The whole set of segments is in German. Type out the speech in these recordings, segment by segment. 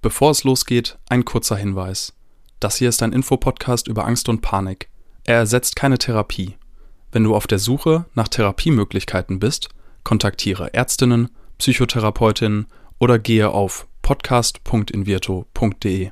Bevor es losgeht, ein kurzer Hinweis. Das hier ist ein Infopodcast über Angst und Panik. Er ersetzt keine Therapie. Wenn du auf der Suche nach Therapiemöglichkeiten bist, kontaktiere Ärztinnen, Psychotherapeutinnen oder gehe auf podcast.invirto.de.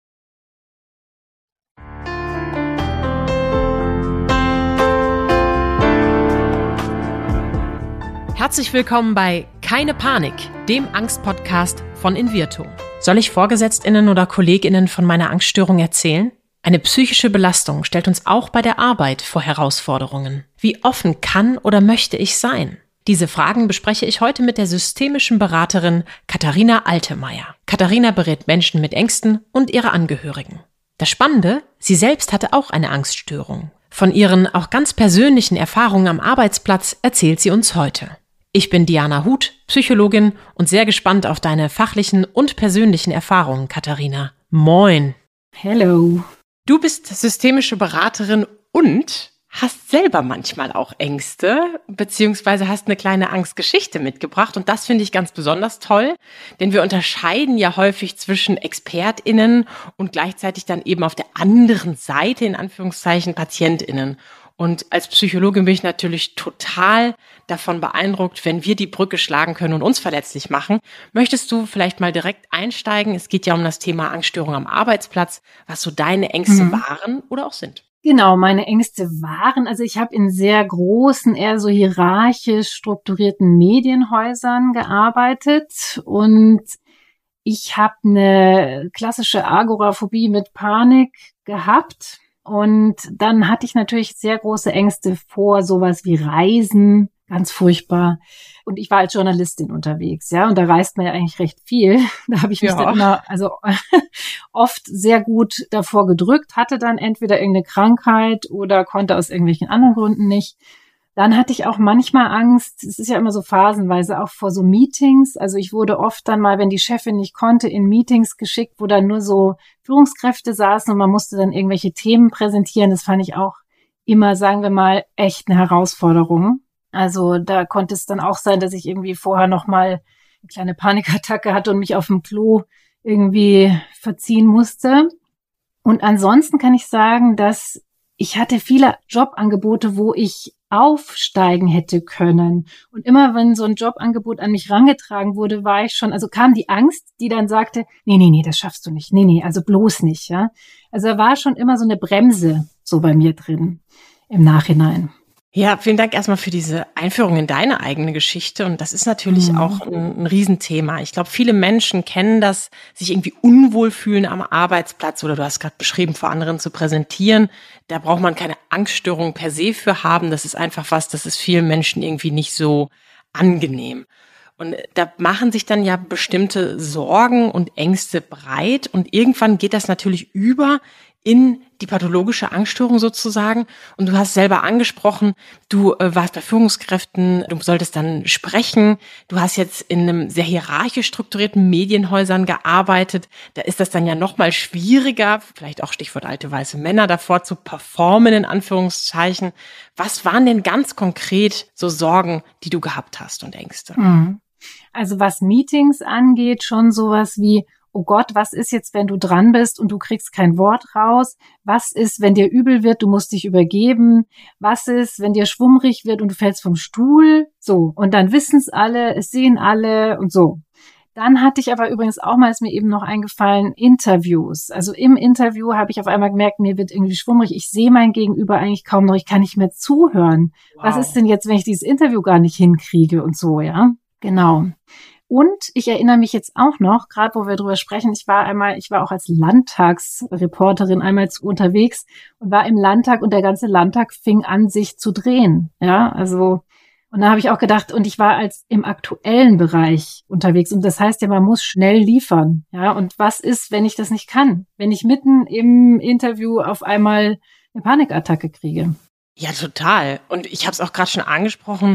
Herzlich willkommen bei Keine Panik, dem Angstpodcast von Invirto. Soll ich VorgesetztInnen oder KollegInnen von meiner Angststörung erzählen? Eine psychische Belastung stellt uns auch bei der Arbeit vor Herausforderungen. Wie offen kann oder möchte ich sein? Diese Fragen bespreche ich heute mit der systemischen Beraterin Katharina Altemeyer. Katharina berät Menschen mit Ängsten und ihre Angehörigen. Das Spannende, sie selbst hatte auch eine Angststörung. Von ihren auch ganz persönlichen Erfahrungen am Arbeitsplatz erzählt sie uns heute. Ich bin Diana Huth, Psychologin und sehr gespannt auf deine fachlichen und persönlichen Erfahrungen, Katharina. Moin. Hello. Du bist systemische Beraterin und hast selber manchmal auch Ängste, beziehungsweise hast eine kleine Angstgeschichte mitgebracht. Und das finde ich ganz besonders toll, denn wir unterscheiden ja häufig zwischen ExpertInnen und gleichzeitig dann eben auf der anderen Seite, in Anführungszeichen, PatientInnen. Und als Psychologin bin ich natürlich total davon beeindruckt, wenn wir die Brücke schlagen können und uns verletzlich machen. Möchtest du vielleicht mal direkt einsteigen? Es geht ja um das Thema Angststörung am Arbeitsplatz, was so deine Ängste waren oder auch sind. Genau, meine Ängste waren, also ich habe in sehr großen, eher so hierarchisch strukturierten Medienhäusern gearbeitet und ich habe eine klassische Agoraphobie mit Panik gehabt. Und dann hatte ich natürlich sehr große Ängste vor sowas wie Reisen, ganz furchtbar. Und ich war als Journalistin unterwegs, ja, und da reist man ja eigentlich recht viel. Da habe ich mich dann immer, oft sehr gut davor gedrückt, hatte dann entweder irgendeine Krankheit oder konnte aus irgendwelchen anderen Gründen nicht. Dann hatte ich auch manchmal Angst, es ist ja immer so phasenweise, auch vor so Meetings. Also ich wurde oft dann mal, wenn die Chefin nicht konnte, in Meetings geschickt, wo dann nur so Führungskräfte saßen und man musste dann irgendwelche Themen präsentieren. Das fand ich auch immer, sagen wir mal, echt eine Herausforderung. Also da konnte es dann auch sein, dass ich irgendwie vorher noch mal eine kleine Panikattacke hatte und mich auf dem Klo irgendwie verziehen musste. Und ansonsten kann ich sagen, dass ich hatte viele Jobangebote, wo ich aufsteigen hätte können. Und immer wenn so ein Jobangebot an mich rangetragen wurde, war ich schon, also kam die Angst, die dann sagte, nee, das schaffst du nicht. Nee, also bloß nicht, ja. Also da war schon immer so eine Bremse so bei mir drin im Nachhinein. Ja, vielen Dank erstmal für diese Einführung in deine eigene Geschichte. Und das ist natürlich auch ein Riesenthema. Ich glaube, viele Menschen kennen das, sich irgendwie unwohl fühlen am Arbeitsplatz oder du hast gerade beschrieben, vor anderen zu präsentieren. Da braucht man keine Angststörung per se für haben. Das ist einfach was, das ist vielen Menschen irgendwie nicht so angenehm. Und da machen sich dann ja bestimmte Sorgen und Ängste breit. Und irgendwann geht das natürlich über in die pathologische Angststörung sozusagen. Und du hast selber angesprochen, du warst bei Führungskräften, du solltest dann sprechen. Du hast jetzt in einem sehr hierarchisch strukturierten Medienhäusern gearbeitet. Da ist das dann ja noch mal schwieriger, vielleicht auch Stichwort alte weiße Männer, davor zu performen, in Anführungszeichen. Was waren denn ganz konkret so Sorgen, die du gehabt hast und Ängste? Also was Meetings angeht, schon sowas wie, oh Gott, was ist jetzt, wenn du dran bist und du kriegst kein Wort raus? Was ist, wenn dir übel wird, du musst dich übergeben? Was ist, wenn dir schwummrig wird und du fällst vom Stuhl? So, und dann wissen es alle, es sehen alle und so. Dann hatte ich aber übrigens auch mal, ist mir eben noch eingefallen, Interviews. Also im Interview habe ich auf einmal gemerkt, mir wird irgendwie schwummrig. Ich sehe mein Gegenüber eigentlich kaum noch, ich kann nicht mehr zuhören. Wow. Was ist denn jetzt, wenn ich dieses Interview gar nicht hinkriege und so, ja? Genau. Und ich erinnere mich jetzt auch noch, gerade wo wir drüber sprechen, ich war auch als Landtagsreporterin einmal unterwegs und war im Landtag und der ganze Landtag fing an, sich zu drehen. Ja, also, und da habe ich auch gedacht, und ich war als im aktuellen Bereich unterwegs. Und das heißt ja, man muss schnell liefern. Ja, und was ist, wenn ich das nicht kann? Wenn ich mitten im Interview auf einmal eine Panikattacke kriege? Ja, total. Und ich habe es auch gerade schon angesprochen.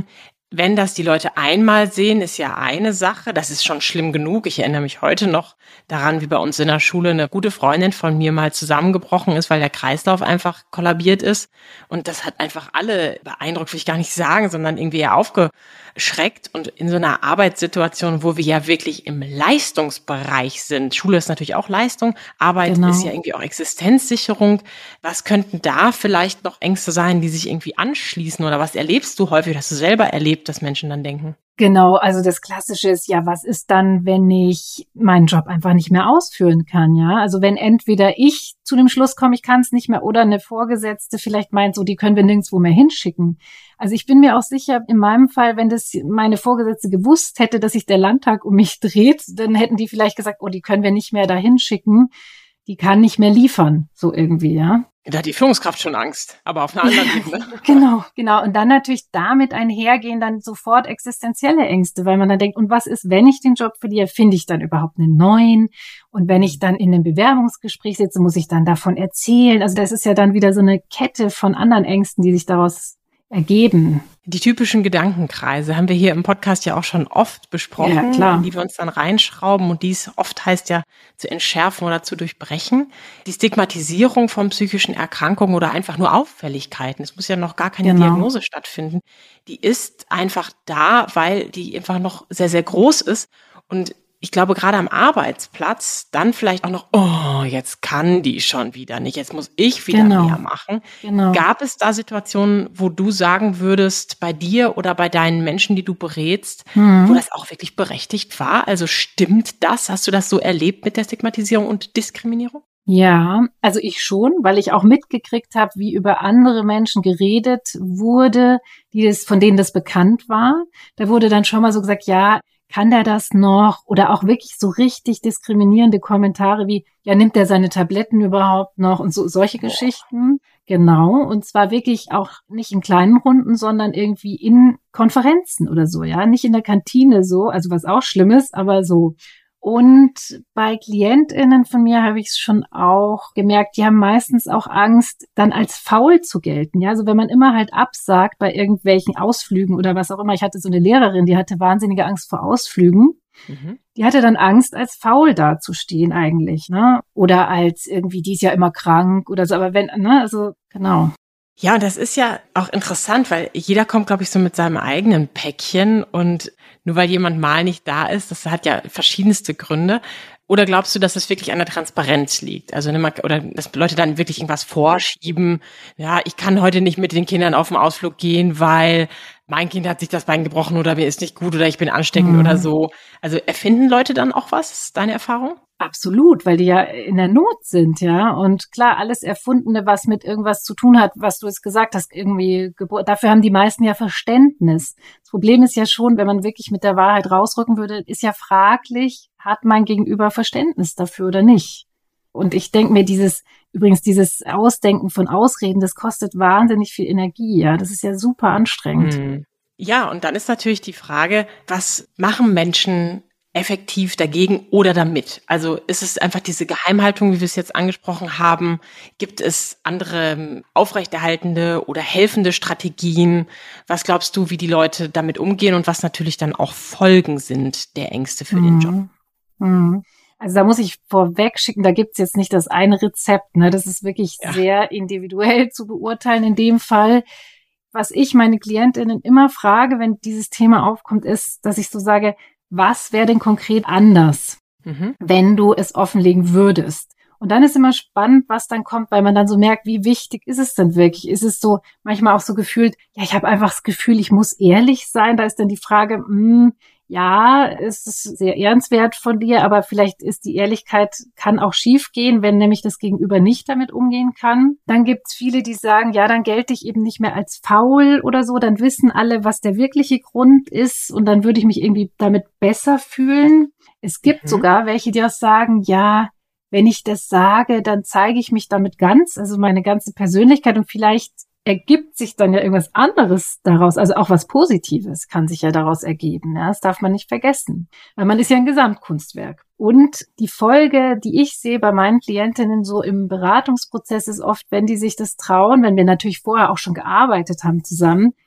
wenn das die Leute einmal sehen, ist ja eine Sache. Das ist schon schlimm genug. Ich erinnere mich heute noch daran, wie bei uns in der Schule eine gute Freundin von mir mal zusammengebrochen ist, weil der Kreislauf einfach kollabiert ist. Und das hat einfach alle beeindruckt, will ich gar nicht sagen, sondern irgendwie eher aufgeschreckt. Und in so einer Arbeitssituation, wo wir ja wirklich im Leistungsbereich sind, Schule ist natürlich auch Leistung, Arbeit ist ja irgendwie auch Existenzsicherung. Was könnten da vielleicht noch Ängste sein, die sich irgendwie anschließen? Oder was erlebst du häufig, hast du selber erlebt, dass Menschen dann denken? Genau, also das Klassische ist ja, was ist dann, wenn ich meinen Job einfach nicht mehr ausführen kann, ja? Also wenn entweder ich zu dem Schluss komme, ich kann es nicht mehr, oder eine Vorgesetzte vielleicht meint, so, die können wir nirgendwo mehr hinschicken. Also ich bin mir auch sicher, in meinem Fall, wenn das meine Vorgesetzte gewusst hätte, dass sich der Landtag um mich dreht, dann hätten die vielleicht gesagt, oh, die können wir nicht mehr da hinschicken, die kann nicht mehr liefern, so irgendwie, ja? Da hat die Führungskraft schon Angst, aber auf einer anderen Ebene. Genau. Und dann natürlich damit einhergehen dann sofort existenzielle Ängste, weil man dann denkt, und was ist, wenn ich den Job verliere, finde ich dann überhaupt einen neuen? Und wenn ich dann in einem Bewerbungsgespräch sitze, muss ich dann davon erzählen? Also das ist ja dann wieder so eine Kette von anderen Ängsten, die sich daraus ergeben. Die typischen Gedankenkreise haben wir hier im Podcast ja auch schon oft besprochen, in die wir uns dann reinschrauben und dies oft heißt ja zu entschärfen oder zu durchbrechen. Die Stigmatisierung von psychischen Erkrankungen oder einfach nur Auffälligkeiten, es muss ja noch gar keine Diagnose stattfinden, die ist einfach da, weil die einfach noch sehr, sehr groß ist. Und ich glaube, gerade am Arbeitsplatz dann vielleicht auch noch, oh, jetzt kann die schon wieder nicht, jetzt muss ich wieder mehr machen. Gab es da Situationen, wo du sagen würdest, bei dir oder bei deinen Menschen, die du berätst, wo das auch wirklich berechtigt war? Also stimmt das? Hast du das so erlebt mit der Stigmatisierung und Diskriminierung? Ja, also ich schon, weil ich auch mitgekriegt habe, wie über andere Menschen geredet wurde, von denen das bekannt war. Da wurde dann schon mal so gesagt, ja, kann der das noch? Oder auch wirklich so richtig diskriminierende Kommentare wie, ja, nimmt der seine Tabletten überhaupt noch? Und so solche Geschichten. Genau. Und zwar wirklich auch nicht in kleinen Runden, sondern irgendwie in Konferenzen oder so, ja. Nicht in der Kantine so, also was auch schlimm ist, aber so. Und bei KlientInnen von mir habe ich es schon auch gemerkt, die haben meistens auch Angst, dann als faul zu gelten. Ja, also wenn man immer halt absagt bei irgendwelchen Ausflügen oder was auch immer. Ich hatte so eine Lehrerin, die hatte wahnsinnige Angst vor Ausflügen. Die hatte dann Angst, als faul dazustehen eigentlich, ne? Oder als irgendwie, die ist ja immer krank oder so. Aber wenn, ne, also genau. Ja, und das ist ja auch interessant, weil jeder kommt, glaube ich, so mit seinem eigenen Päckchen und nur weil jemand mal nicht da ist, das hat ja verschiedenste Gründe. Oder glaubst du, dass es wirklich an der Transparenz liegt? Also oder dass Leute dann wirklich irgendwas vorschieben. Ja, ich kann heute nicht mit den Kindern auf den Ausflug gehen, weil mein Kind hat sich das Bein gebrochen oder mir ist nicht gut oder ich bin ansteckend oder so. Also erfinden Leute dann auch was? Ist deine Erfahrung? Absolut, weil die ja in der Not sind, ja. Und klar, alles Erfundene, was mit irgendwas zu tun hat, was du jetzt gesagt hast, irgendwie, dafür haben die meisten ja Verständnis. Das Problem ist ja schon, wenn man wirklich mit der Wahrheit rausrücken würde, ist ja fraglich, hat mein Gegenüber Verständnis dafür oder nicht? Und ich denke mir, dieses Ausdenken von Ausreden, das kostet wahnsinnig viel Energie, ja. Das ist ja super anstrengend. Ja, und dann ist natürlich die Frage, was machen Menschen effektiv dagegen oder damit? Also ist es einfach diese Geheimhaltung, wie wir es jetzt angesprochen haben? Gibt es andere aufrechterhaltende oder helfende Strategien? Was glaubst du, wie die Leute damit umgehen und was natürlich dann auch Folgen sind der Ängste für den Job? Also da muss ich vorweg schicken, da gibt's jetzt nicht das eine Rezept, ne? Das ist wirklich sehr individuell zu beurteilen in dem Fall. Was ich meine KlientInnen immer frage, wenn dieses Thema aufkommt, ist, dass ich so sage, was wäre denn konkret anders, wenn du es offenlegen würdest? Und dann ist immer spannend, was dann kommt, weil man dann so merkt, wie wichtig ist es denn wirklich? Ist es so manchmal auch so gefühlt, ja, ich habe einfach das Gefühl, ich muss ehrlich sein. Da ist dann die Frage, ja, es ist sehr ehrenswert von dir, aber vielleicht ist die Ehrlichkeit, kann auch schief gehen, wenn nämlich das Gegenüber nicht damit umgehen kann. Dann gibt's viele, die sagen, ja, dann gelte ich eben nicht mehr als faul oder so, dann wissen alle, was der wirkliche Grund ist und dann würde ich mich irgendwie damit besser fühlen. Es gibt sogar welche, die auch sagen, ja, wenn ich das sage, dann zeige ich mich damit ganz, also meine ganze Persönlichkeit und vielleicht ergibt sich dann ja irgendwas anderes daraus, also auch was Positives kann sich ja daraus ergeben. Ja, das darf man nicht vergessen, weil man ist ja ein Gesamtkunstwerk. Und die Folge, die ich sehe bei meinen Klientinnen so im Beratungsprozess ist oft, wenn die sich das trauen, wenn wir natürlich vorher auch schon gearbeitet haben zusammen,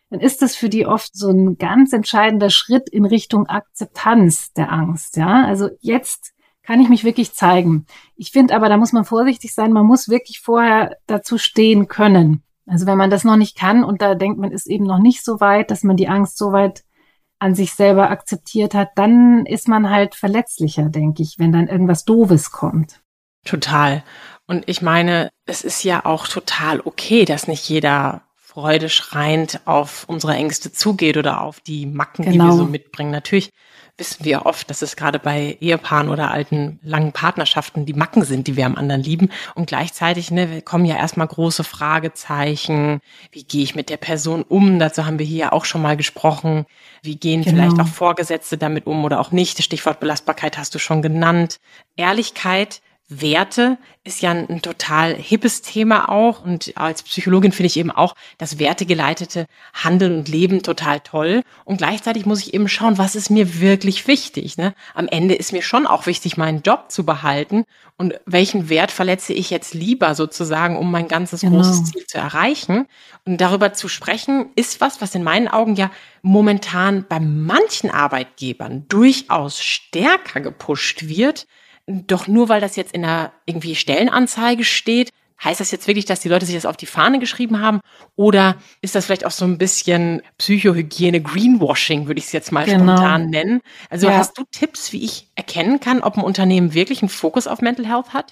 dann ist das für die oft so ein ganz entscheidender Schritt in Richtung Akzeptanz der Angst. Ja, also jetzt kann ich mich wirklich zeigen. Ich finde aber, da muss man vorsichtig sein. Man muss wirklich vorher dazu stehen können. Also wenn man das noch nicht kann und da denkt man, ist eben noch nicht so weit, dass man die Angst so weit an sich selber akzeptiert hat, dann ist man halt verletzlicher, denke ich, wenn dann irgendwas Doofes kommt. Total. Und ich meine, es ist ja auch total okay, dass nicht jeder freudeschreiend auf unsere Ängste zugeht oder auf die Macken, die wir so mitbringen. Natürlich wissen wir oft, dass es gerade bei Ehepaaren oder alten, langen Partnerschaften die Macken sind, die wir am anderen lieben. Und gleichzeitig kommen ja erstmal große Fragezeichen. Wie gehe ich mit der Person um? Dazu haben wir hier ja auch schon mal gesprochen. Wie gehen vielleicht auch Vorgesetzte damit um oder auch nicht? Das Stichwort Belastbarkeit hast du schon genannt. Ehrlichkeit, Werte ist ja ein total hippes Thema auch, und als Psychologin finde ich eben auch das wertegeleitete Handeln und Leben total toll, und gleichzeitig muss ich eben schauen, was ist mir wirklich wichtig, ne? Am Ende ist mir schon auch wichtig, meinen Job zu behalten, und welchen Wert verletze ich jetzt lieber sozusagen, um mein ganzes großes Ziel zu erreichen. Und darüber zu sprechen ist was in meinen Augen ja momentan bei manchen Arbeitgebern durchaus stärker gepusht wird. Doch nur weil das jetzt in einer irgendwie Stellenanzeige steht, heißt das jetzt wirklich, dass die Leute sich das auf die Fahne geschrieben haben? Oder ist das vielleicht auch so ein bisschen Psychohygiene, Greenwashing, würde ich es jetzt mal spontan nennen? Also hast du Tipps, wie ich erkennen kann, ob ein Unternehmen wirklich einen Fokus auf Mental Health hat?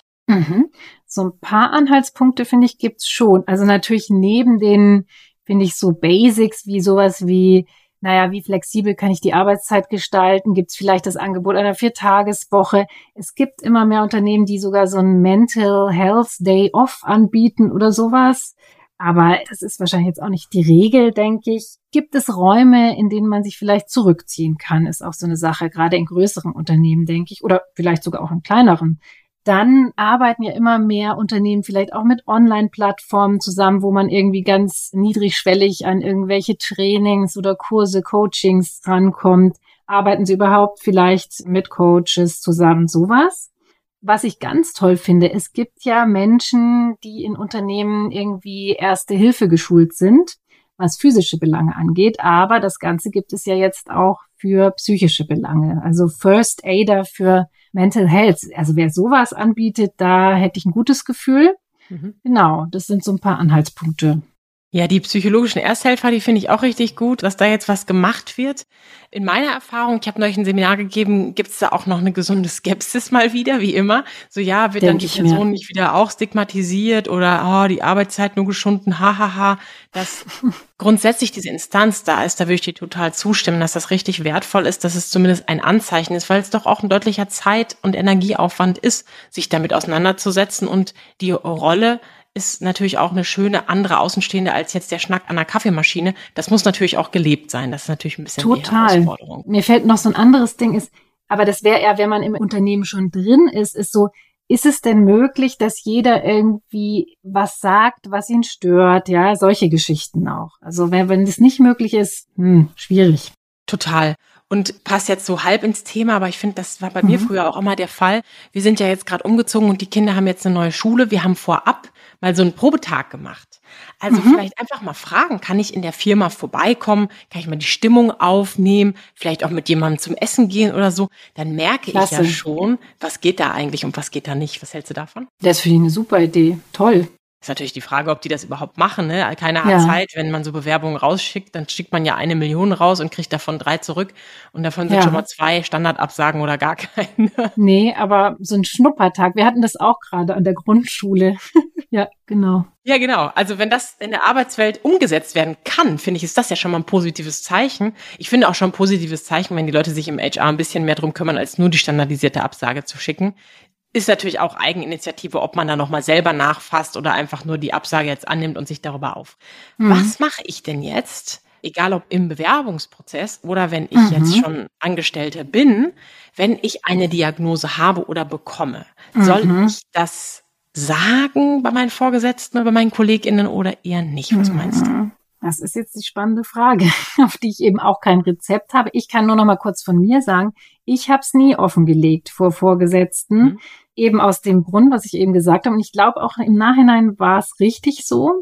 So ein paar Anhaltspunkte, finde ich, gibt's schon. Also natürlich neben den, finde ich, so Basics wie sowas wie, wie flexibel kann ich die Arbeitszeit gestalten? Gibt es vielleicht das Angebot einer 4-Tageswoche? Es gibt immer mehr Unternehmen, die sogar so ein Mental Health Day Off anbieten oder sowas. Aber das ist wahrscheinlich jetzt auch nicht die Regel, denke ich. Gibt es Räume, in denen man sich vielleicht zurückziehen kann? Ist auch so eine Sache, gerade in größeren Unternehmen, denke ich, oder vielleicht sogar auch in kleineren. Dann arbeiten ja immer mehr Unternehmen vielleicht auch mit Online-Plattformen zusammen, wo man irgendwie ganz niedrigschwellig an irgendwelche Trainings oder Kurse, Coachings rankommt. Arbeiten sie überhaupt vielleicht mit Coaches zusammen, sowas? Was ich ganz toll finde, es gibt ja Menschen, die in Unternehmen irgendwie Erste Hilfe geschult sind, was physische Belange angeht, aber das Ganze gibt es ja jetzt auch für psychische Belange, also First Aider für Mental Health. Also wer sowas anbietet, da hätte ich ein gutes Gefühl. Genau, das sind so ein paar Anhaltspunkte. Ja, die psychologischen Ersthelfer, die finde ich auch richtig gut, dass da jetzt was gemacht wird. In meiner Erfahrung, ich habe neulich ein Seminar gegeben, gibt es da auch noch eine gesunde Skepsis mal wieder, wie immer. So, ja, wird dann die Person nicht wieder auch stigmatisiert oder die Arbeitszeit nur geschunden, hahaha. Dass grundsätzlich diese Instanz da ist, da würde ich dir total zustimmen, dass das richtig wertvoll ist, dass es zumindest ein Anzeichen ist, weil es doch auch ein deutlicher Zeit- und Energieaufwand ist, sich damit auseinanderzusetzen, und die Rolle ist natürlich auch eine schöne andere Außenstehende als jetzt der Schnack an der Kaffeemaschine. Das muss natürlich auch gelebt sein. Das ist natürlich ein bisschen die Herausforderung. Mir fällt noch so ein anderes Ding aber das wäre eher, wenn man im Unternehmen schon drin ist so, ist es denn möglich, dass jeder irgendwie was sagt, was ihn stört? Ja, solche Geschichten auch. Also wenn das nicht möglich ist, schwierig. Total. Und passt jetzt so halb ins Thema, aber ich finde, das war bei mir früher auch immer der Fall. Wir sind ja jetzt gerade umgezogen und die Kinder haben jetzt eine neue Schule. Wir haben vorab mal so einen Probetag gemacht. Also vielleicht einfach mal fragen, kann ich in der Firma vorbeikommen? Kann ich mal die Stimmung aufnehmen? Vielleicht auch mit jemandem zum Essen gehen oder so? Dann merke ich ja schon, was geht da eigentlich und was geht da nicht. Was hältst du davon? Das finde ich eine super Idee. Toll. Ist natürlich die Frage, ob die das überhaupt machen, ne? Keiner hat Zeit, wenn man so Bewerbungen rausschickt, dann schickt man ja 1 Million raus und kriegt davon 3 zurück. Und davon sind schon mal 2 Standardabsagen oder gar keine. Nee, aber so ein Schnuppertag. Wir hatten das auch gerade an der Grundschule. Ja, genau. Ja, genau. Also wenn das in der Arbeitswelt umgesetzt werden kann, finde ich, ist das ja schon mal ein positives Zeichen. Ich finde auch schon ein positives Zeichen, wenn die Leute sich im HR ein bisschen mehr drum kümmern, als nur die standardisierte Absage zu schicken. Ist natürlich auch Eigeninitiative, ob man da nochmal selber nachfasst oder einfach nur die Absage jetzt annimmt und sich darüber auf. Was mache ich denn jetzt, egal ob im Bewerbungsprozess oder wenn ich jetzt schon Angestellte bin, wenn ich eine Diagnose habe oder bekomme? Soll ich das sagen bei meinen Vorgesetzten oder bei meinen KollegInnen oder eher nicht? Was meinst du? Das ist jetzt die spannende Frage, auf die ich eben auch kein Rezept habe. Ich kann nur noch mal kurz von mir sagen, ich habe es nie offengelegt vor Vorgesetzten, eben aus dem Grund, was ich eben gesagt habe. Und ich glaube auch im Nachhinein war es richtig so. Jetzt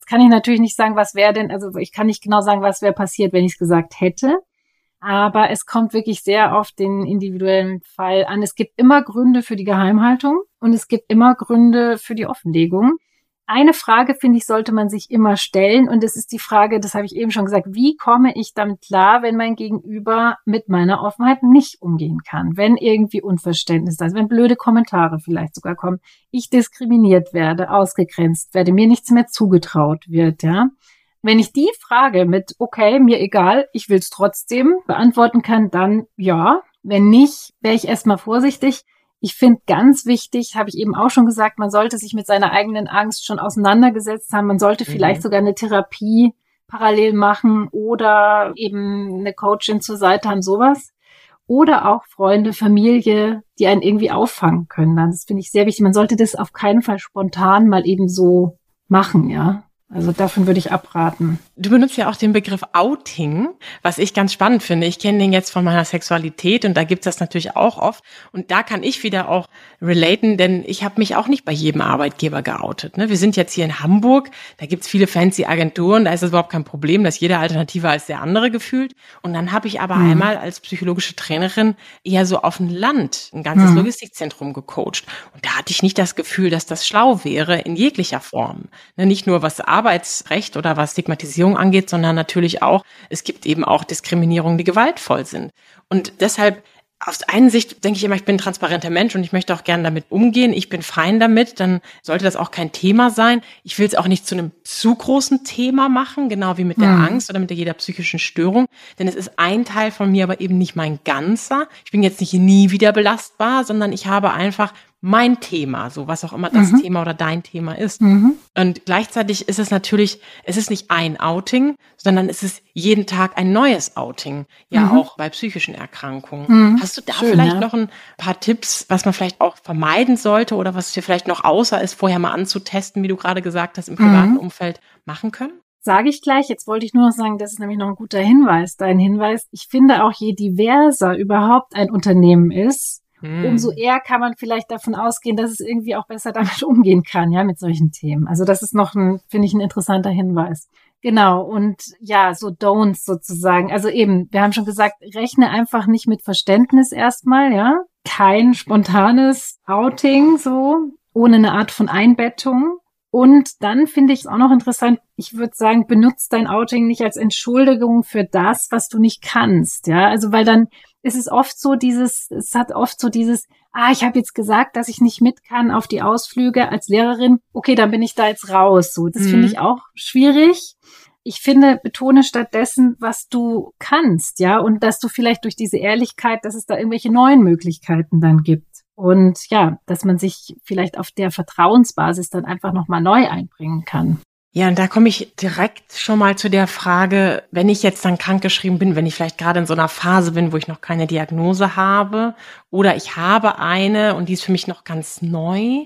kann ich natürlich nicht sagen, was wäre denn, also ich kann nicht genau sagen, was wäre passiert, wenn ich es gesagt hätte. Aber es kommt wirklich sehr auf den individuellen Fall an. Es gibt immer Gründe für die Geheimhaltung und es gibt immer Gründe für die Offenlegung. Eine Frage, finde ich, sollte man sich immer stellen. Und das ist die Frage, das habe ich eben schon gesagt, wie komme ich damit klar, wenn mein Gegenüber mit meiner Offenheit nicht umgehen kann? Wenn irgendwie Unverständnis da ist, wenn blöde Kommentare vielleicht sogar kommen, ich diskriminiert werde, ausgegrenzt werde, mir nichts mehr zugetraut wird, ja. Wenn ich die Frage mit, okay, mir egal, ich will es trotzdem beantworten kann, dann ja. Wenn nicht, wäre ich erstmal vorsichtig. Ich finde ganz wichtig, habe ich eben auch schon gesagt, man sollte sich mit seiner eigenen Angst schon auseinandergesetzt haben. Man sollte vielleicht sogar eine Therapie parallel machen oder eben eine Coachin zur Seite haben, sowas. Oder auch Freunde, Familie, die einen irgendwie auffangen können. Das finde ich sehr wichtig. Man sollte das auf keinen Fall spontan mal eben so machen, ja. Also davon würde ich abraten. Du benutzt ja auch den Begriff Outing, was ich ganz spannend finde. Ich kenne den jetzt von meiner Sexualität und da gibt's das natürlich auch oft. Und da kann ich wieder auch relaten, denn ich habe mich auch nicht bei jedem Arbeitgeber geoutet. Wir sind jetzt hier in Hamburg, da gibt's viele fancy Agenturen, da ist das überhaupt kein Problem, dass jeder alternativer als der andere gefühlt. Und dann habe ich aber einmal als psychologische Trainerin eher so auf dem Land ein ganzes Logistikzentrum gecoacht. Und da hatte ich nicht das Gefühl, dass das schlau wäre in jeglicher Form. Nicht nur was Arbeitsrecht oder was Stigmatisierung angeht, sondern natürlich auch, es gibt eben auch Diskriminierungen, die gewaltvoll sind. Und deshalb, aus einer Sicht denke ich immer, ich bin ein transparenter Mensch und ich möchte auch gerne damit umgehen. Ich bin fein damit, dann sollte das auch kein Thema sein. Ich will es auch nicht zu einem zu großen Thema machen, genau wie mit der Angst oder mit jeder psychischen Störung. Denn es ist ein Teil von mir, aber eben nicht mein ganzer. Ich bin jetzt nicht nie wieder belastbar, sondern ich habe einfach mein Thema, so was auch immer das Thema oder dein Thema ist. Und gleichzeitig ist es natürlich, es ist nicht ein Outing, sondern es ist jeden Tag ein neues Outing, ja auch bei psychischen Erkrankungen. Hast du da vielleicht noch ein paar Tipps, was man vielleicht auch vermeiden sollte oder was wir vielleicht noch außer ist, vorher mal anzutesten, wie du gerade gesagt hast, im privaten Umfeld machen können? Sage ich gleich. Jetzt wollte ich nur noch sagen, das ist nämlich noch ein guter Hinweis, dein Hinweis. Ich finde auch, je diverser überhaupt ein Unternehmen ist, umso eher kann man vielleicht davon ausgehen, dass es irgendwie auch besser damit umgehen kann, ja, mit solchen Themen. Also das ist noch finde ich, ein interessanter Hinweis. Genau. Und ja, so Don'ts sozusagen. Also eben, wir haben schon gesagt, rechne einfach nicht mit Verständnis erstmal, ja. Kein spontanes Outing, so, ohne eine Art von Einbettung. Und dann finde ich es auch noch interessant, ich würde sagen, benutzt dein Outing nicht als Entschuldigung für das, was du nicht kannst, ja. Also weil dann ist es oft so es hat oft so dieses, ich habe jetzt gesagt, dass ich nicht mit kann auf die Ausflüge als Lehrerin. Okay, dann bin ich da jetzt raus. So, das finde ich auch schwierig. Ich finde, betone stattdessen, was du kannst, ja, und dass du vielleicht durch diese Ehrlichkeit, dass es da irgendwelche neuen Möglichkeiten dann gibt. Und ja, dass man sich vielleicht auf der Vertrauensbasis dann einfach nochmal neu einbringen kann. Ja, und da komme ich direkt schon mal zu der Frage, wenn ich jetzt dann krankgeschrieben bin, wenn ich vielleicht gerade in so einer Phase bin, wo ich noch keine Diagnose habe oder ich habe eine und die ist für mich noch ganz neu,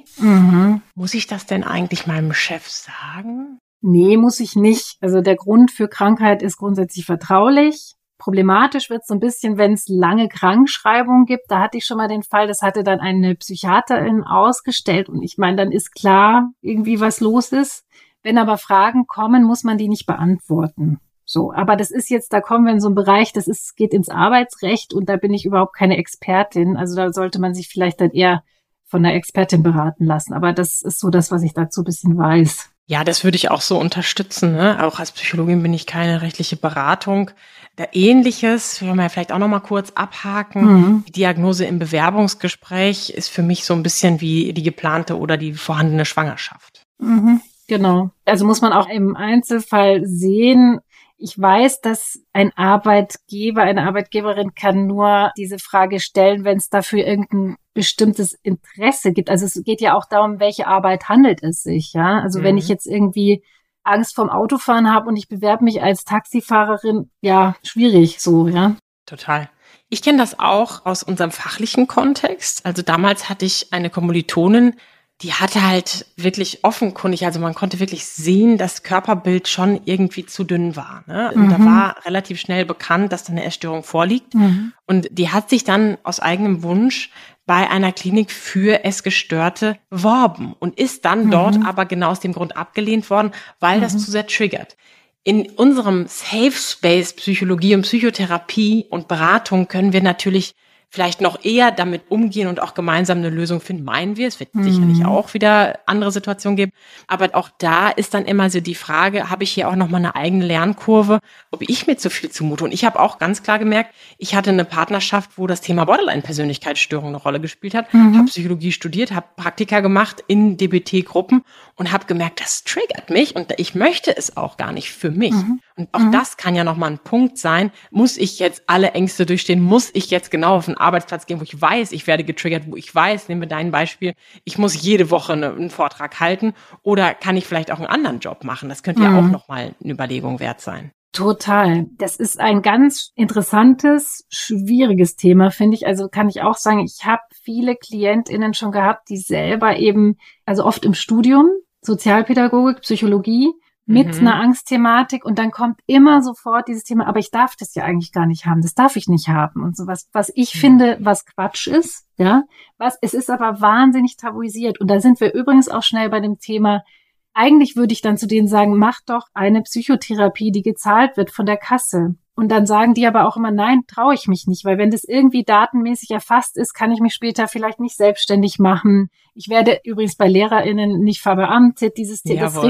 muss ich das denn eigentlich meinem Chef sagen? Nee, muss ich nicht. Also der Grund für Krankheit ist grundsätzlich vertraulich. Problematisch wird es so ein bisschen, wenn es lange Krankschreibungen gibt. Da hatte ich schon mal den Fall, das hatte dann eine Psychiaterin ausgestellt und ich meine, dann ist klar irgendwie, was los ist. Wenn aber Fragen kommen, muss man die nicht beantworten. So, aber das ist jetzt, da kommen wir in so einen Bereich, geht ins Arbeitsrecht und da bin ich überhaupt keine Expertin. Also da sollte man sich vielleicht dann eher von einer Expertin beraten lassen. Aber das ist so das, was ich dazu ein bisschen weiß. Ja, das würde ich auch so unterstützen. Auch als Psychologin bin ich keine rechtliche Beratung. Ähnliches, wollen wir vielleicht auch noch mal kurz abhaken. Die Diagnose im Bewerbungsgespräch ist für mich so ein bisschen wie die geplante oder die vorhandene Schwangerschaft. Genau. Also muss man auch im Einzelfall sehen. Ich weiß, dass ein Arbeitgeber, eine Arbeitgeberin kann nur diese Frage stellen, wenn es dafür irgendein bestimmtes Interesse gibt. Also es geht ja auch darum, welche Arbeit handelt es sich, ja. Also wenn ich jetzt irgendwie Angst vorm Autofahren habe und ich bewerbe mich als Taxifahrerin, ja, schwierig so, ja. Total. Ich kenne das auch aus unserem fachlichen Kontext. Also damals hatte ich eine Kommilitonin, die hatte halt wirklich offenkundig, also man konnte wirklich sehen, dass Körperbild schon irgendwie zu dünn war. Und da war relativ schnell bekannt, dass da eine Essstörung vorliegt. Und die hat sich dann aus eigenem Wunsch bei einer Klinik für Essgestörte beworben und ist dann dort aber genau aus dem Grund abgelehnt worden, weil das zu sehr triggert. In unserem Safe Space Psychologie und Psychotherapie und Beratung können wir natürlich vielleicht noch eher damit umgehen und auch gemeinsam eine Lösung finden, meinen wir. Es wird sicherlich auch wieder andere Situationen geben. Aber auch da ist dann immer so die Frage, habe ich hier auch nochmal eine eigene Lernkurve, ob ich mir zu viel zumute? Und ich habe auch ganz klar gemerkt, ich hatte eine Partnerschaft, wo das Thema Borderline-Persönlichkeitsstörung eine Rolle gespielt hat, habe Psychologie studiert, habe Praktika gemacht in DBT-Gruppen und habe gemerkt, das triggert mich und ich möchte es auch gar nicht für mich. Und auch das kann ja nochmal ein Punkt sein. Muss ich jetzt alle Ängste durchstehen? Muss ich jetzt genau auf den Arbeitsplatz gehen, wo ich weiß, ich werde getriggert, wo ich weiß, nehmen wir dein Beispiel, ich muss jede Woche einen Vortrag halten, oder kann ich vielleicht auch einen anderen Job machen? Das könnte ja auch nochmal eine Überlegung wert sein. Total. Das ist ein ganz interessantes, schwieriges Thema, finde ich. Also kann ich auch sagen, ich habe viele KlientInnen schon gehabt, die selber eben, also oft im Studium, Sozialpädagogik, Psychologie, mit einer Angstthematik, und dann kommt immer sofort dieses Thema, aber ich darf das ja eigentlich gar nicht haben, das darf ich nicht haben und sowas, was ich finde, was Quatsch ist, ja, es ist aber wahnsinnig tabuisiert, und da sind wir übrigens auch schnell bei dem Thema. Eigentlich würde ich dann zu denen sagen, mach doch eine Psychotherapie, die gezahlt wird von der Kasse. Und dann sagen die aber auch immer, nein, traue ich mich nicht, weil wenn das irgendwie datenmäßig erfasst ist, kann ich mich später vielleicht nicht selbstständig machen. Ich werde übrigens bei LehrerInnen nicht verbeamtet. Dieses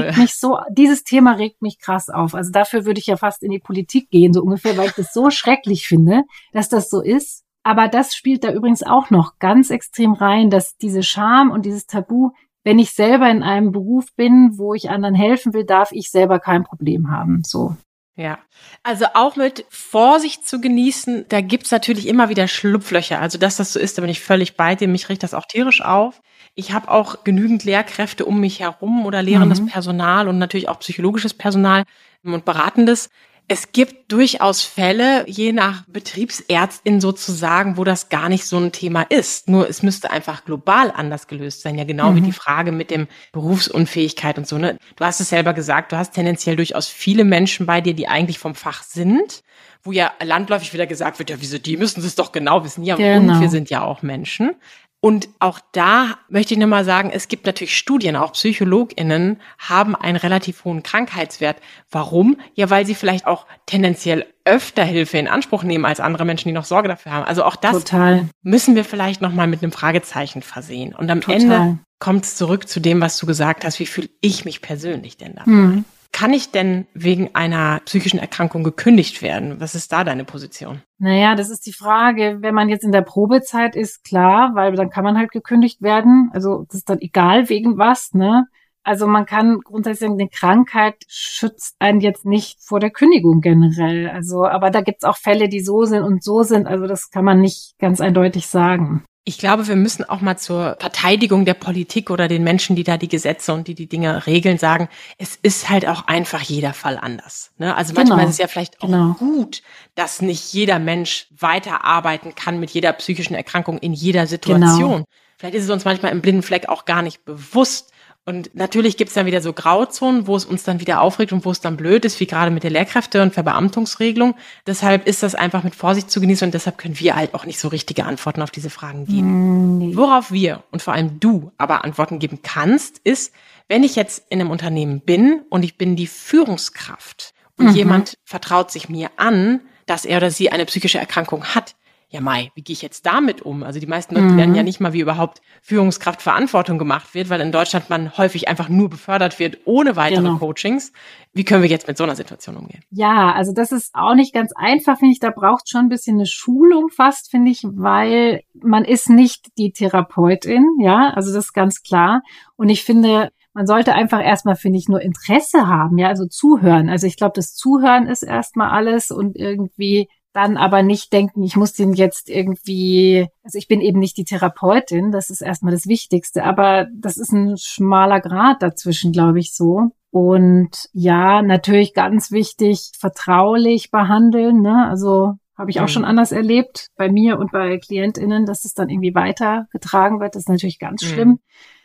Thema regt mich krass auf. Also dafür würde ich ja fast in die Politik gehen, so ungefähr, weil ich das so schrecklich finde, dass das so ist. Aber das spielt da übrigens auch noch ganz extrem rein, dass diese Scham und dieses Tabu, wenn ich selber in einem Beruf bin, wo ich anderen helfen will, darf ich selber kein Problem haben, so. Ja, also auch mit Vorsicht zu genießen, da gibt's natürlich immer wieder Schlupflöcher. Also dass das so ist, da bin ich völlig bei dir, mich regt das auch tierisch auf. Ich habe auch genügend Lehrkräfte um mich herum oder lehrendes Personal und natürlich auch psychologisches Personal und Beratendes. Es gibt durchaus Fälle, je nach Betriebsärztin sozusagen, wo das gar nicht so ein Thema ist. Nur es müsste einfach global anders gelöst sein. Ja, genau wie die Frage mit dem Berufsunfähigkeit und so, ne? Du hast es selber gesagt, du hast tendenziell durchaus viele Menschen bei dir, die eigentlich vom Fach sind, wo ja landläufig wieder gesagt wird, ja, wieso, die müssen es doch genau wissen. Ja, und wir sind ja auch Menschen. Und auch da möchte ich nochmal sagen, es gibt natürlich Studien, auch PsychologInnen haben einen relativ hohen Krankheitswert. Warum? Ja, weil sie vielleicht auch tendenziell öfter Hilfe in Anspruch nehmen als andere Menschen, die noch Sorge dafür haben. Also auch das müssen wir vielleicht nochmal mit einem Fragezeichen versehen. Und am Ende kommt es zurück zu dem, was du gesagt hast, wie fühle ich mich persönlich denn dabei? Kann ich denn wegen einer psychischen Erkrankung gekündigt werden? Was ist da deine Position? Naja, das ist die Frage. Wenn man jetzt in der Probezeit ist, klar, weil dann kann man halt gekündigt werden. Also das ist dann egal wegen was, ne? Also man kann grundsätzlich sagen, eine Krankheit schützt einen jetzt nicht vor der Kündigung generell. Also, aber da gibt's auch Fälle, die so sind und so sind. Also das kann man nicht ganz eindeutig sagen. Ich glaube, wir müssen auch mal zur Verteidigung der Politik oder den Menschen, die da die Gesetze und die Dinge regeln, sagen, es ist halt auch einfach jeder Fall anders. Ne? Also manchmal ist es ja vielleicht auch gut, dass nicht jeder Mensch weiterarbeiten kann mit jeder psychischen Erkrankung in jeder Situation. Vielleicht ist es uns manchmal im blinden Fleck auch gar nicht bewusst. Und natürlich gibt es dann wieder so Grauzonen, wo es uns dann wieder aufregt und wo es dann blöd ist, wie gerade mit der Lehrkräfte- und Verbeamtungsregelung. Deshalb ist das einfach mit Vorsicht zu genießen und deshalb können wir halt auch nicht so richtige Antworten auf diese Fragen geben. Nee. Worauf wir und vor allem du aber Antworten geben kannst, ist, wenn ich jetzt in einem Unternehmen bin und ich bin die Führungskraft und jemand vertraut sich mir an, dass er oder sie eine psychische Erkrankung hat, ja Mai, wie gehe ich jetzt damit um? Also die meisten Leute lernen ja nicht mal, wie überhaupt Führungskraftverantwortung gemacht wird, weil in Deutschland man häufig einfach nur befördert wird, ohne weitere Coachings. Wie können wir jetzt mit so einer Situation umgehen? Ja, also das ist auch nicht ganz einfach, finde ich. Da braucht schon ein bisschen eine Schulung fast, finde ich, weil man ist nicht die Therapeutin, ja, also das ist ganz klar. Und ich finde, man sollte einfach erstmal, finde ich, nur Interesse haben, ja, also zuhören. Also ich glaube, das Zuhören ist erstmal alles und irgendwie dann aber nicht denken, ich muss den jetzt irgendwie, also ich bin eben nicht die Therapeutin, das ist erstmal das Wichtigste, aber das ist ein schmaler Grat dazwischen, glaube ich, so. Und ja, natürlich ganz wichtig, vertraulich behandeln, ne, also habe ich auch schon anders erlebt, bei mir und bei KlientInnen, dass es dann irgendwie weitergetragen wird, das ist natürlich ganz schlimm.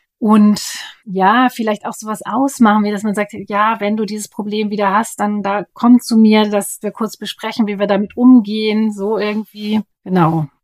Und ja, vielleicht auch sowas ausmachen, wie dass man sagt, ja, wenn du dieses Problem wieder hast, dann da komm zu mir, dass wir kurz besprechen, wie wir damit umgehen, so irgendwie. Genau.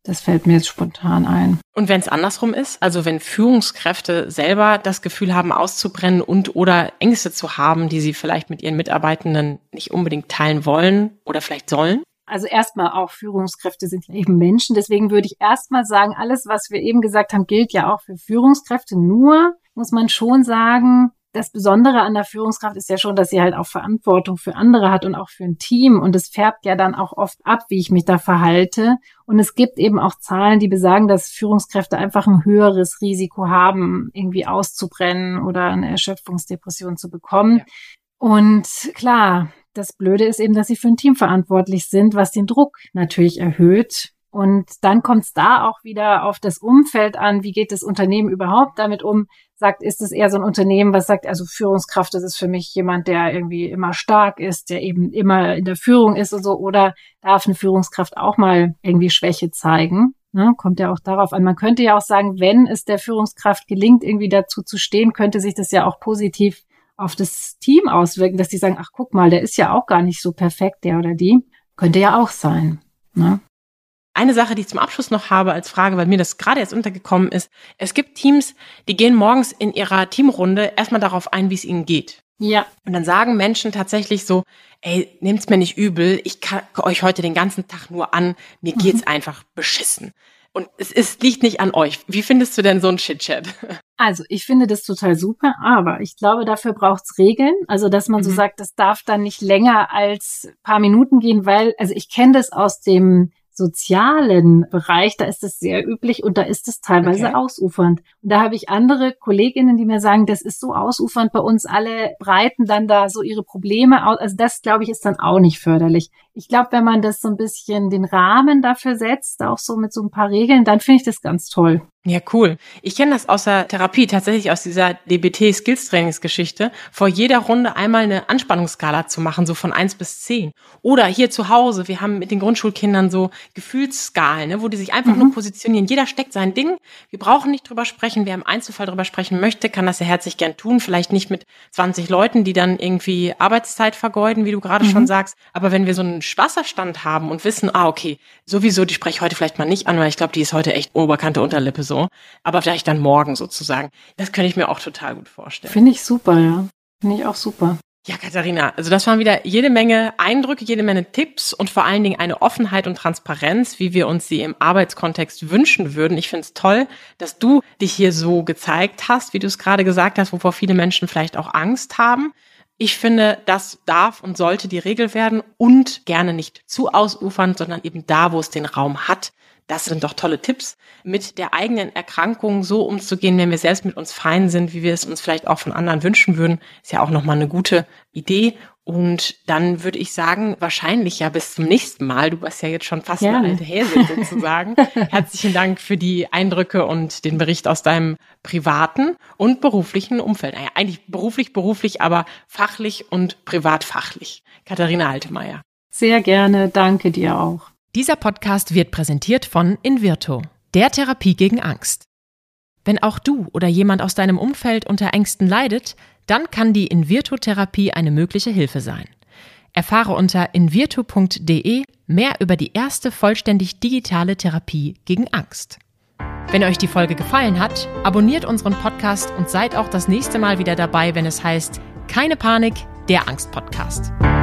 Das fällt mir jetzt spontan ein. Und wenn es andersrum ist, also wenn Führungskräfte selber das Gefühl haben, auszubrennen und oder Ängste zu haben, die sie vielleicht mit ihren Mitarbeitenden nicht unbedingt teilen wollen oder vielleicht sollen? Also erstmal auch Führungskräfte sind ja eben Menschen. Deswegen würde ich erstmal sagen, alles, was wir eben gesagt haben, gilt ja auch für Führungskräfte. Nur muss man schon sagen, das Besondere an der Führungskraft ist ja schon, dass sie halt auch Verantwortung für andere hat und auch für ein Team. Und es färbt ja dann auch oft ab, wie ich mich da verhalte. Und es gibt eben auch Zahlen, die besagen, dass Führungskräfte einfach ein höheres Risiko haben, irgendwie auszubrennen oder eine Erschöpfungsdepression zu bekommen. Ja. Und klar, das Blöde ist eben, dass sie für ein Team verantwortlich sind, was den Druck natürlich erhöht. Und dann kommt es da auch wieder auf das Umfeld an. Wie geht das Unternehmen überhaupt damit um? Ist es eher so ein Unternehmen, was sagt, also Führungskraft, das ist für mich jemand, der irgendwie immer stark ist, der eben immer in der Führung ist und so. Oder darf eine Führungskraft auch mal irgendwie Schwäche zeigen? Ne? Kommt ja auch darauf an. Man könnte ja auch sagen, wenn es der Führungskraft gelingt, irgendwie dazu zu stehen, könnte sich das ja auch positiv auf das Team auswirken, dass die sagen, ach guck mal, der ist ja auch gar nicht so perfekt, der oder die. Könnte ja auch sein. Ne? Eine Sache, die ich zum Abschluss noch habe als Frage, weil mir das gerade erst untergekommen ist, es gibt Teams, die gehen morgens in ihrer Teamrunde erstmal darauf ein, wie es ihnen geht. Ja. Und dann sagen Menschen tatsächlich so, ey, nehmt's mir nicht übel, ich kacke euch heute den ganzen Tag nur an, mir geht's einfach beschissen. Und es liegt nicht an euch. Wie findest du denn so einen Chit-Chat? Also ich finde das total super, aber ich glaube, dafür braucht's Regeln. Also dass man so sagt, das darf dann nicht länger als paar Minuten gehen, weil, also ich kenne das aus dem sozialen Bereich, da ist es sehr üblich und da ist es teilweise ausufernd. Und da habe ich andere Kolleginnen, die mir sagen, das ist so ausufernd bei uns, alle breiten dann da so ihre Probleme aus. Also das, glaube ich, ist dann auch nicht förderlich. Ich glaube, wenn man das so ein bisschen den Rahmen dafür setzt, auch so mit so ein paar Regeln, dann finde ich das ganz toll. Ja, cool. Ich kenne das aus der Therapie, tatsächlich aus dieser DBT-Skills-Trainingsgeschichte, vor jeder Runde einmal eine Anspannungsskala zu machen, so von 1 bis 10. Oder hier zu Hause, wir haben mit den Grundschulkindern so Gefühlsskalen, ne, wo die sich einfach nur positionieren. Jeder steckt sein Ding. Wir brauchen nicht drüber sprechen. Wer im Einzelfall drüber sprechen möchte, kann das ja herzlich gern tun. Vielleicht nicht mit 20 Leuten, die dann irgendwie Arbeitszeit vergeuden, wie du gerade schon sagst. Aber wenn wir so einen Wasserstand haben und wissen, okay, sowieso, die spreche ich heute vielleicht mal nicht an, weil ich glaube, die ist heute echt Oberkante Unterlippe so. Aber vielleicht dann morgen sozusagen. Das könnte ich mir auch total gut vorstellen. Finde ich super, ja. Finde ich auch super. Ja, Katharina, also das waren wieder jede Menge Eindrücke, jede Menge Tipps und vor allen Dingen eine Offenheit und Transparenz, wie wir uns sie im Arbeitskontext wünschen würden. Ich finde es toll, dass du dich hier so gezeigt hast, wie du es gerade gesagt hast, wovor viele Menschen vielleicht auch Angst haben. Ich finde, das darf und sollte die Regel werden und gerne nicht zu ausufernd, sondern eben da, wo es den Raum hat. Das sind doch tolle Tipps, mit der eigenen Erkrankung so umzugehen, wenn wir selbst mit uns fein sind, wie wir es uns vielleicht auch von anderen wünschen würden. Ist ja auch nochmal eine gute Idee. Und dann würde ich sagen, wahrscheinlich ja bis zum nächsten Mal. Du warst ja jetzt schon fast eine alte Häsin sozusagen. Herzlichen Dank für die Eindrücke und den Bericht aus deinem privaten und beruflichen Umfeld. Naja, eigentlich beruflich, aber fachlich und privat-fachlich. Katharina Haltemeyer. Sehr gerne, danke dir auch. Dieser Podcast wird präsentiert von Invirto, der Therapie gegen Angst. Wenn auch du oder jemand aus deinem Umfeld unter Ängsten leidet, dann kann die Invirto-Therapie eine mögliche Hilfe sein. Erfahre unter invirto.de mehr über die erste vollständig digitale Therapie gegen Angst. Wenn euch die Folge gefallen hat, abonniert unseren Podcast und seid auch das nächste Mal wieder dabei, wenn es heißt, keine Panik, der Angst-Podcast.